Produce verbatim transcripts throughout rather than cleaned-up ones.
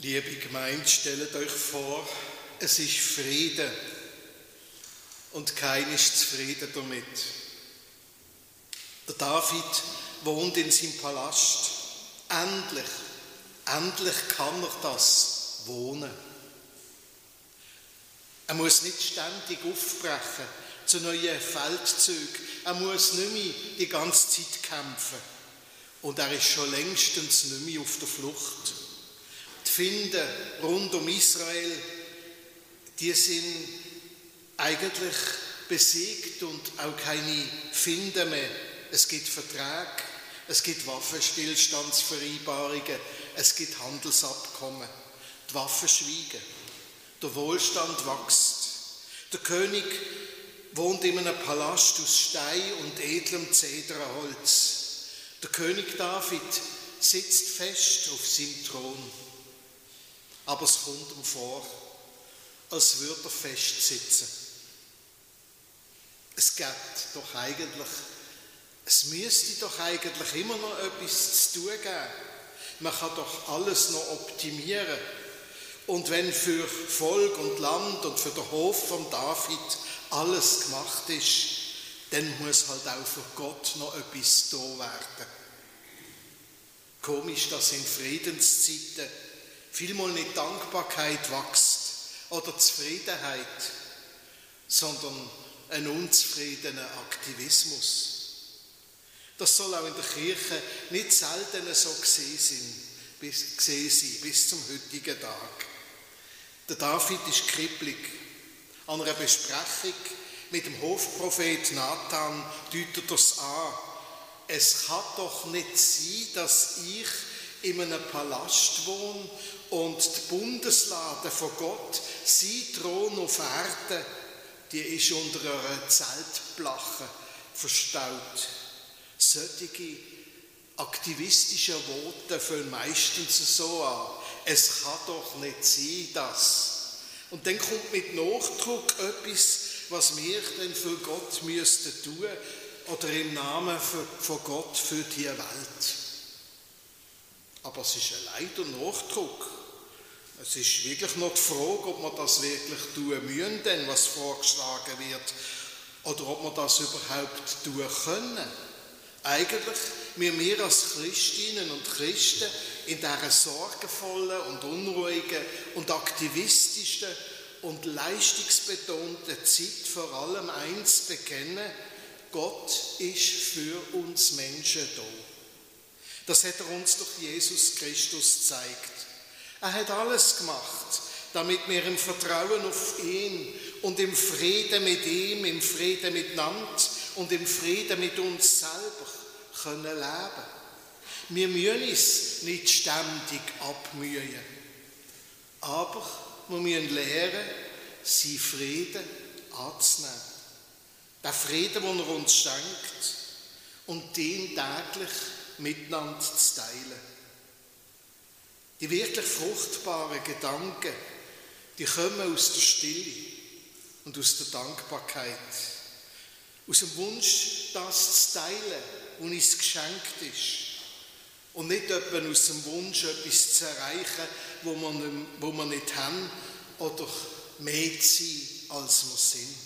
Liebe Gemeinde, stellt euch vor, es ist Frieden und keiner ist zufrieden damit. Der David wohnt in seinem Palast. Endlich, endlich kann er das wohnen. Er muss nicht ständig aufbrechen zu neuen Feldzügen. Er muss nicht mehr die ganze Zeit kämpfen. Und er ist schon längstens nicht mehr auf der Flucht. Die Finden rund um Israel, die sind eigentlich besiegt und auch keine Finden mehr. Es gibt Verträge, es gibt Waffenstillstandsvereinbarungen, es gibt Handelsabkommen. Die Waffen schweigen. Der Wohlstand wächst. Der König wohnt in einem Palast aus Stein und edlem Zedernholz. Der König David sitzt fest auf seinem Thron. Aber es kommt ihm vor, als würde er festsitzen. Es gibt doch eigentlich, es müsste doch eigentlich immer noch etwas zu tun geben. Man kann doch alles noch optimieren. Und wenn für Volk und Land und für den Hof von David alles gemacht ist, dann muss halt auch für Gott noch etwas da werden. Komisch, dass in Friedenszeiten vielmal nicht Dankbarkeit wächst oder Zufriedenheit, sondern ein unzufriedener Aktivismus. Das soll auch in der Kirche nicht selten so gesehen sein, bis, gesehen sein, bis zum heutigen Tag. Der David ist kribbelig. An einer Besprechung mit dem Hofprophet Nathan deutet er es an. Es kann doch nicht sein, dass ich in einem Palast wohne und die Bundeslade von Gott, sein Thron auf Erden, die ist unter einer Zeltplache verstaut. Solche aktivistische Worte fangen meistens so an. Es kann doch nicht sein, dass. Und dann kommt mit Nachdruck etwas, was wir denn für Gott müssten tun oder im Namen von Gott für die Welt. Aber es ist ein leider Nachdruck. Es ist wirklich noch die Frage, ob wir das wirklich tun müssen, denn was vorgeschlagen wird, oder ob wir das überhaupt tun können. Eigentlich müssen wir als Christinnen und Christen in dieser sorgenvollen und unruhigen und aktivistischen und leistungsbetonten Zeit vor allem eins bekennen: Gott ist für uns Menschen da. Das hat er uns durch Jesus Christus gezeigt. Er hat alles gemacht, damit wir im Vertrauen auf ihn und im Frieden mit ihm, im Frieden miteinander und im Frieden mit uns selber können leben. Wir müssen uns nicht ständig abmühen, aber wir müssen lernen, seinen Frieden anzunehmen. Den Frieden, den er uns schenkt, und den täglich miteinander zu teilen. Die wirklich fruchtbaren Gedanken, die kommen aus der Stille und aus der Dankbarkeit. Aus dem Wunsch, das zu teilen, was uns geschenkt ist. Und nicht etwa aus dem Wunsch, etwas zu erreichen, wo wir nicht, wo wir nicht haben, oder mehr zu sein, als wir sind.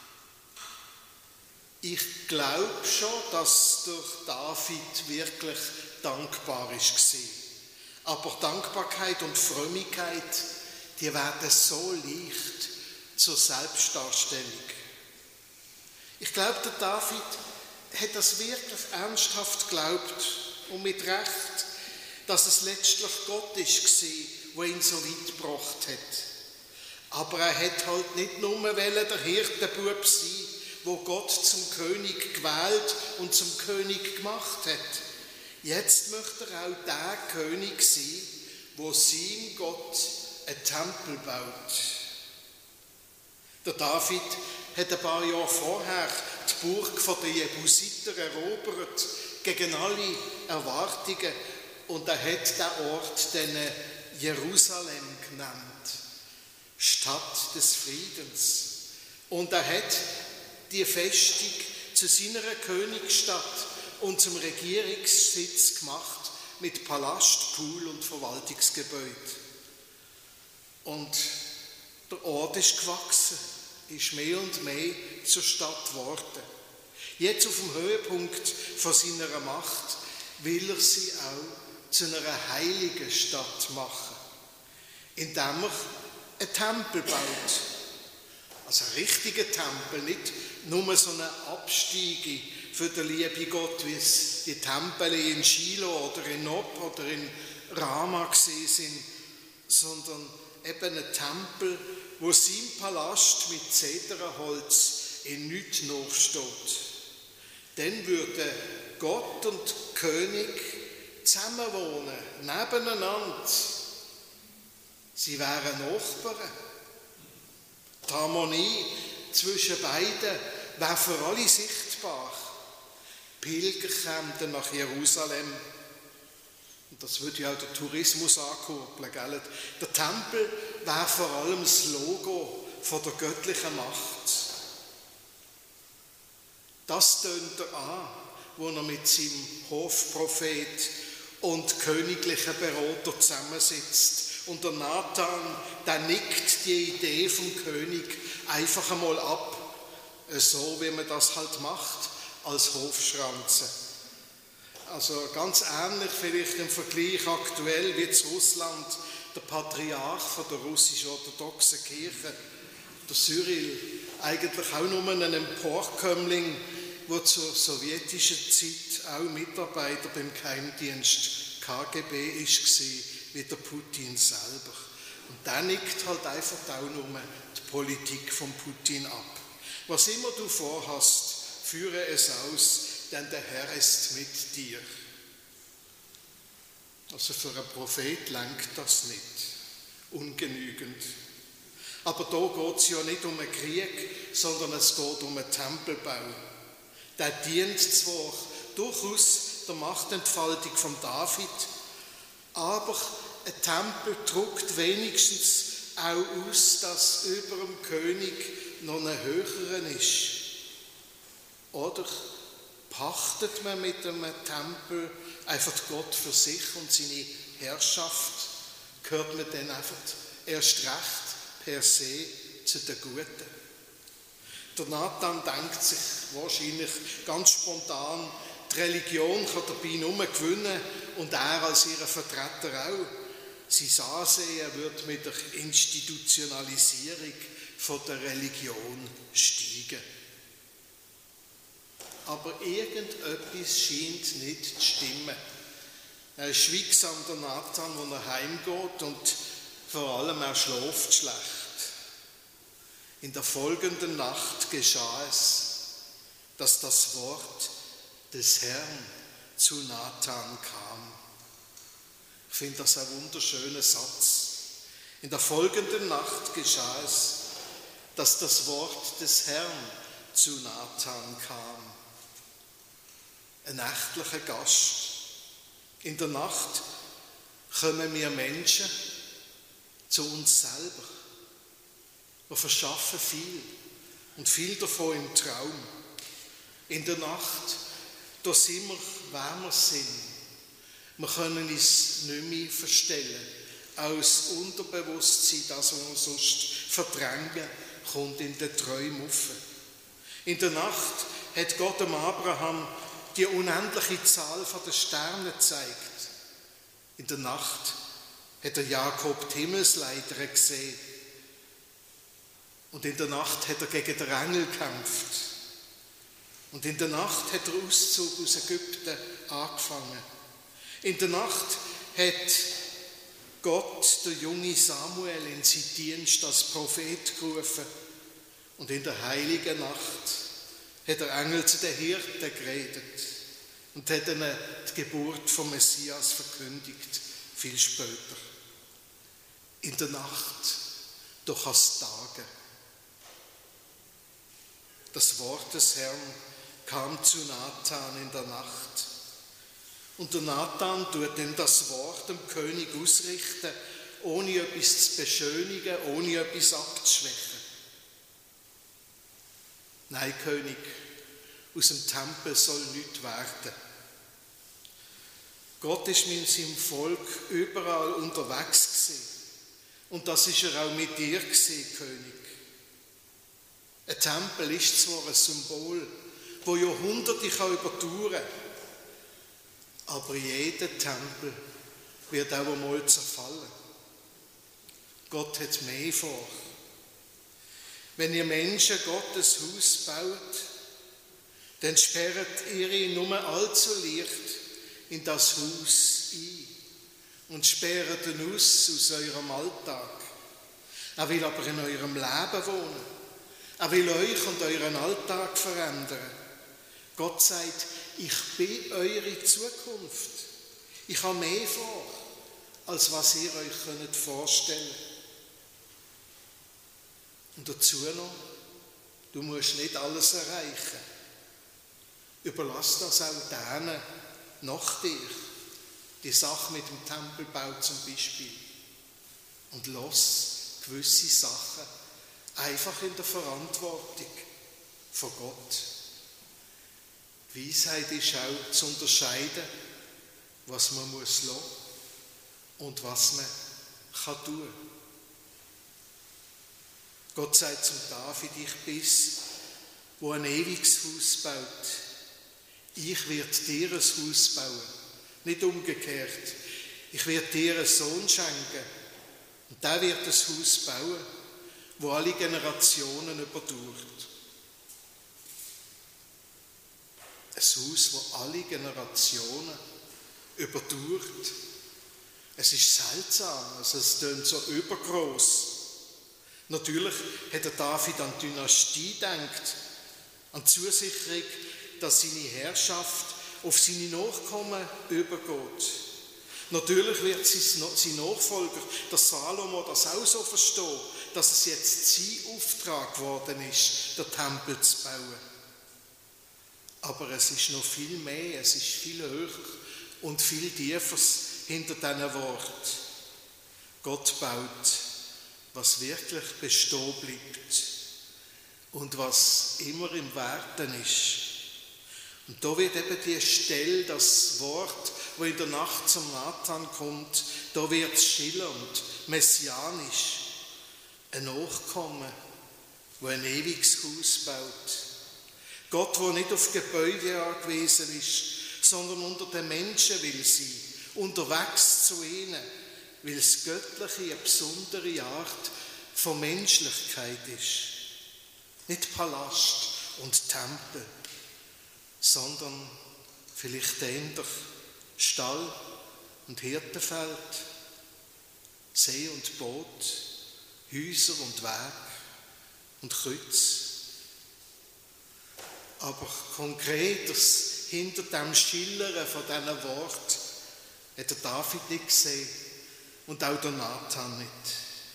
Ich glaube schon, dass der David wirklich dankbar war. Aber Dankbarkeit und Frömmigkeit, die werden so leicht zur Selbstdarstellung. Ich glaube, der David hat das wirklich ernsthaft geglaubt und mit Recht, dass es letztlich Gott war, der ihn so weit gebracht hat. Aber er hat halt nicht nur der Hirtenbub sein, wo Gott zum König gewählt und zum König gemacht hat. Jetzt möchte er auch der König sein, wo seinem Gott einen Tempel baut. Der David hat ein paar Jahre vorher die Burg der Jebusiter erobert, gegen alle Erwartungen, und er hat den Ort dann Jerusalem genannt, Stadt des Friedens. Und er hat die Festung zu seiner Königsstadt und zum Regierungssitz gemacht mit Palast, Pool und Verwaltungsgebäude. Und der Ort ist gewachsen, ist mehr und mehr zur Stadt geworden. Jetzt auf dem Höhepunkt von seiner Macht will er sie auch zu einer heiligen Stadt machen, indem er einen Tempel baut. Also einen richtigen Tempel, nicht nur so eine Abstiege für den lieben Gott, wie es die Tempel in Shiloh oder in Nob oder in Rama gesehen sind, sondern eben ein Tempel, wo sein Palast mit Zedernholz in nichts nachsteht. Dann würden Gott und König zusammenwohnen, nebeneinander. Sie wären Nachbarn. Die Harmonie zwischen beiden wäre für alle sichtbar. Pilger kämen nach Jerusalem. Und das würde ja auch der Tourismus ankurbeln, gell? Der Tempel wäre vor allem das Logo von der göttlichen Macht. Das tönt er an, wo er mit seinem Hofprophet und königlichen Berater zusammensitzt. Und der Nathan, der nickt die Idee vom König einfach einmal ab, so wie man das halt macht, als Hofschranze. Also ganz ähnlich vielleicht im Vergleich aktuell wie zu Russland der Patriarch von der russisch-orthodoxen Kirche, der Cyril, eigentlich auch nur ein Emporkömmling, der zur sowjetischen Zeit auch Mitarbeiter beim Geheimdienst K G B war, wie der Putin selber. Und der nickt halt einfach auch nur die Politik von Putin ab. Was immer du vorhast, führe es aus, denn der Herr ist mit dir. Also für einen Prophet lenkt das nicht, ungenügend. Aber da geht es ja nicht um einen Krieg, sondern es geht um einen Tempelbau. Der dient zwar durchaus der Machtentfaltung von David, aber ein Tempel drückt wenigstens auch aus, dass über dem König noch ein höherer ist. Oder pachtet man mit einem Tempel einfach Gott für sich und seine Herrschaft, gehört man dann einfach erst recht per se zu den Guten. Der Nathan denkt sich wahrscheinlich ganz spontan, die Religion kann dabei nur gewinnen und er als ihr Vertreter auch. Sein Ansehen wird mit der Institutionalisierung von der Religion steigen. Aber irgendetwas scheint nicht zu stimmen. Er ist schweigsam, der Nathan, wo er heimgeht, und vor allem er schläft schlecht. In der folgenden Nacht geschah es, dass das Wort des Herrn zu Nathan kam. Ich finde das ein wunderschöner Satz. In der folgenden Nacht geschah es, dass das Wort des Herrn zu Nathan kam. Ein nächtlicher Gast. In der Nacht kommen wir Menschen zu uns selber. Wir verschaffen viel und viel davon im Traum. In der Nacht, da sind wir, wer wir sind. Wir können uns nicht mehr verstellen. Aus Unterbewusstsein, das, was wir sonst verdrängen, kommt in den Träumen auf. In der Nacht hat Gott dem Abraham die unendliche Zahl der Sterne gezeigt. In der Nacht hat er Jakob die Himmelsleiter gesehen. Und in der Nacht hat er gegen den Engel gekämpft. Und in der Nacht hat der Auszug aus Ägypten angefangen. In der Nacht hat Gott den jungen Samuel in seinen Dienst als Prophet gerufen. Und in der heiligen Nacht hat der Engel zu den Hirten geredet und hat ihnen die Geburt vom Messias verkündigt, viel später. In der Nacht, da kann es tagen. Das Wort des Herrn kam zu Nathan in der Nacht. Und der Nathan tut ihm das Wort dem König ausrichten, ohne etwas zu beschönigen, ohne etwas abzuschwächen. Nein, König, aus dem Tempel soll nichts werden. Gott ist mit seinem Volk überall unterwegs gewesen. Und das ist er auch mit dir gewesen, König. Ein Tempel ist zwar ein Symbol, wo Jahrhunderte kann überdauern kann, aber jeder Tempel wird auch einmal zerfallen. Gott hat mehr vor. Wenn ihr Menschen Gottes Haus baut, dann sperrt ihr ihn nur allzu leicht in das Haus ein und sperrt ihn aus aus eurem Alltag. Er will aber in eurem Leben wohnen. Er will euch und euren Alltag verändern. Gott sagt, ich bin eure Zukunft. Ich habe mehr vor, als was ihr euch könnt vorstellen könnt. Und dazu noch, du musst nicht alles erreichen. Überlass das auch denen nach dir. Die Sache mit dem Tempelbau zum Beispiel. Und lass gewisse Sachen einfach in der Verantwortung von Gott. Die Weisheit ist auch zu unterscheiden, was man muss lassen und was man kann tun. Gott sagt zum David, ich bin's, wo ein ewiges Haus baut. Ich werde dir ein Haus bauen, nicht umgekehrt. Ich werde dir einen Sohn schenken und der wird ein Haus bauen, wo alle Generationen überdauert. Ein Haus, wo alle Generationen überdauert. Es ist seltsam, also es tönt so übergroß. Natürlich hat der David an Dynastie gedacht, an die Zusicherung, dass seine Herrschaft auf seine Nachkommen übergeht. Natürlich wird sein Nachfolger, der Salomo, das auch so verstehen, dass es jetzt sein Auftrag geworden ist, den Tempel zu bauen. Aber es ist noch viel mehr, es ist viel höher und viel tiefer hinter diesen Worten. Gott baut, was wirklich bestehen bleibt und was immer im Werden ist. Und da wird eben die Stelle, das Wort, wo in der Nacht zum Nathan kommt, da wird es schillernd, messianisch. Ein Nachkommen, wo ein ewiges Haus baut. Gott, der nicht auf Gebäude angewiesen ist, sondern unter den Menschen will sein, unterwegs zu ihnen, weil es göttliche, eine besondere Art von Menschlichkeit ist. Nicht Palast und Tempel, sondern vielleicht ähnlich Stall und Hirtenfeld, See und Boot, Häuser und Weg und Kreuz. Aber Konkretes hinter dem Schillern von diesen Worten hat der David nicht gesehen und auch der Nathan nicht.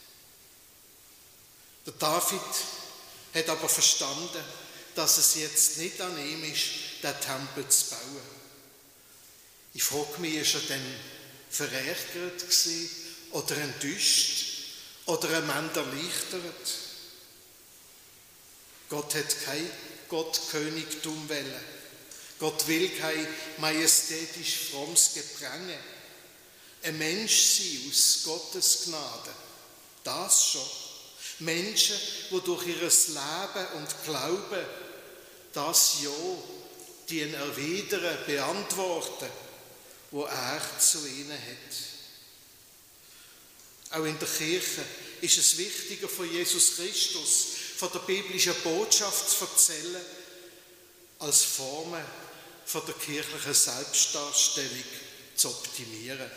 Der David hat aber verstanden, dass es jetzt nicht an ihm ist, den Tempel zu bauen. Ich frage mich, ist er denn verärgert gewesen oder enttäuscht oder ein Mann erleichtert? Gott hat kein Gottkönigtum wollen. Gott will kein majestätisch frommes Gepränge. Ein Mensch sein aus Gottes Gnade. Das schon. Menschen, die durch ihr Leben und Glauben das Ja, die ihn erwidern, beantworten, wo er zu ihnen hat. Auch in der Kirche ist es wichtiger, von Jesus Christus, von der biblischen Botschaft zu erzählen, als Formen von der kirchlichen Selbstdarstellung zu optimieren.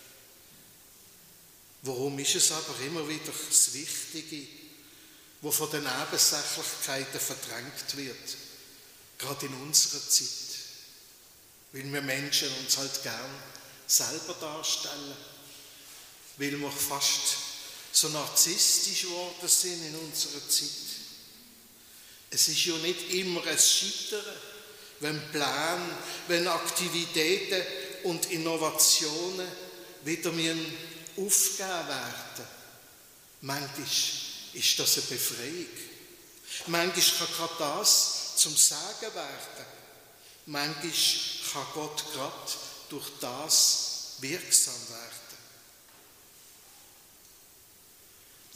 Warum ist es aber immer wieder das Wichtige, wo von den Nebensächlichkeiten verdrängt wird, gerade in unserer Zeit? Weil wir Menschen uns halt gern selber darstellen, weil wir fast so narzisstisch geworden sind in unserer Zeit. Es ist ja nicht immer ein Scheitern, wenn Pläne, wenn Aktivitäten und Innovationen wieder aufgegeben werden. Manchmal ist das eine Befreiung. Manchmal kann gerade das zum Sagen werden. Manchmal kann Gott gerade durch das wirksam werden.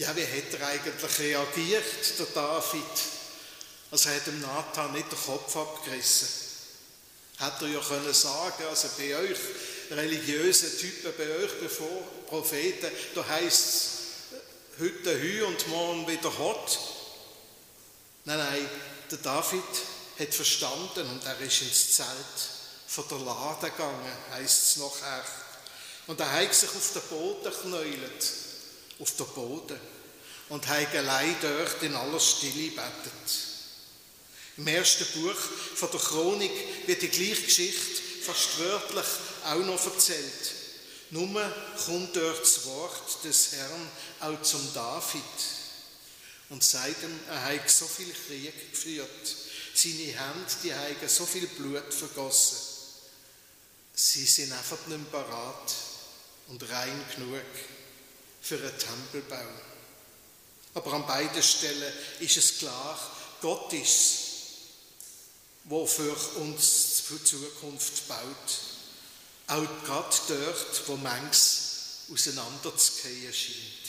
Ja, wie hat er eigentlich reagiert, der David? Also er hat dem Nathan nicht den Kopf abgerissen. Hätte er ja können sagen, also bei euch religiösen Typen, bei euch bevor Propheten, da heisst es heute Hü und morgen wieder Hot. Nein, nein, der David hat verstanden und er ist ins Zelt von der Lade gegangen, heisst es nachher. Und er hat sich auf den Boden geknäult, auf den Boden, und hat allein dort in aller Stille gebetet. Im ersten Buch von der Chronik wird die gleiche Geschichte fast wörtlich auch noch erzählt. Nur kommt dort das Wort des Herrn auch zum David und sagt ihm, er hat so viel Krieg geführt, seine Hände, die haben so viel Blut vergossen. Sie sind einfach nicht mehr bereit und rein genug für einen Tempelbau. Aber an beiden Stellen ist es klar, Gott ist, der für uns die Zukunft baut. Auch gerade dort, wo manches auseinanderzugehen scheint.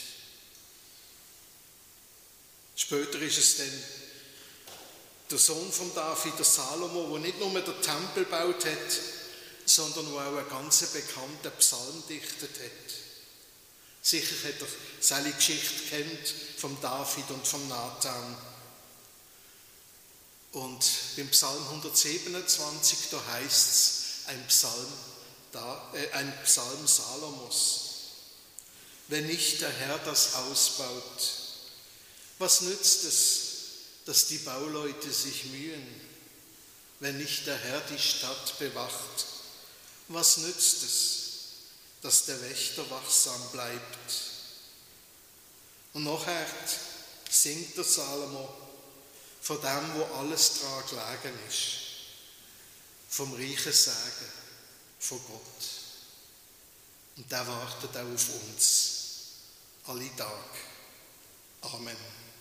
Später ist es dann der Sohn von David, der Salomo, der nicht nur den Tempel gebaut hat, sondern der auch einen ganz bekannten Psalm dichtet hat. Sicher hat er seine Geschichte kennt vom David und vom Nathan. Und beim Psalm hundertsiebenundzwanzig, da heißt es, ein Psalm, da, äh, ein Psalm Salomos. Wenn nicht der Herr das ausbaut, was nützt es, dass die Bauleute sich mühen? Wenn nicht der Herr die Stadt bewacht, was nützt es, dass der Wächter wachsam bleibt? Und nachher singt der Salomo von dem, wo alles daran gelegen ist, vom reichen Segen von Gott. Und der wartet auch auf uns, alle Tage. Amen.